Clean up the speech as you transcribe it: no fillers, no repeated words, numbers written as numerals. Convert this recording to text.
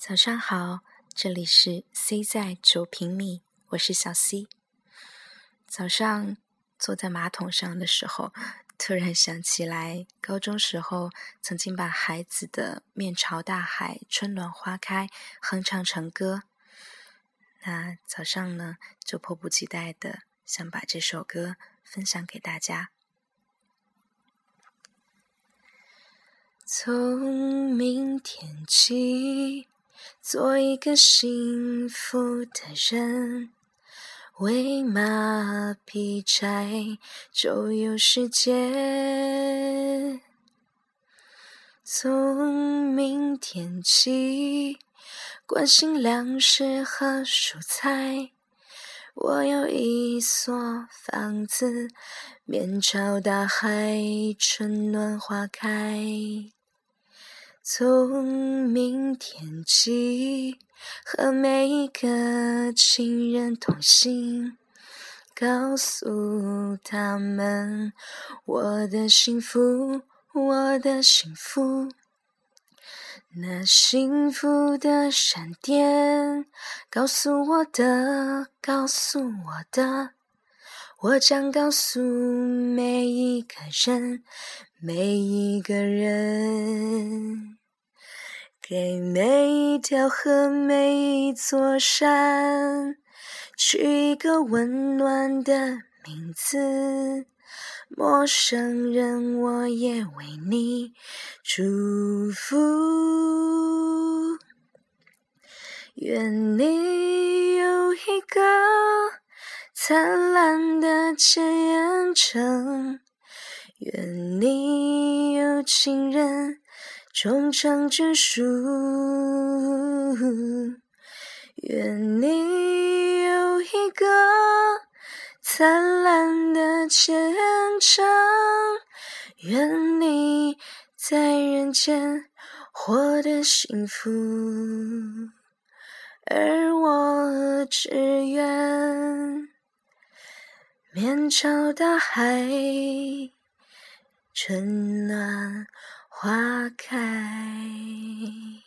早上好，这里是 C 在9平米，我是小 C。早上坐在马桶上的时候，突然想起来高中时候曾经把孩子的面朝大海，春暖花开哼唱成歌。那早上呢，就迫不及待的想把这首歌分享给大家。从明天起，做一个幸福的人，为马劈柴周游世界。从明天起，关心粮食和蔬菜，我有一所房子，面朝大海，春暖花开。从明天起，和每一个亲人同行，告诉他们我的幸福，我的幸福。那幸福的闪电告诉我的，我将告诉每一个人，给每一条河，每一座山取一个温暖的名字。陌生人，我也为你祝福。愿你有一个灿烂的前程，愿你有情人终成眷属，愿你有一个灿烂的前程，愿你在人间活得幸福，而我只愿面朝大海，春暖花开。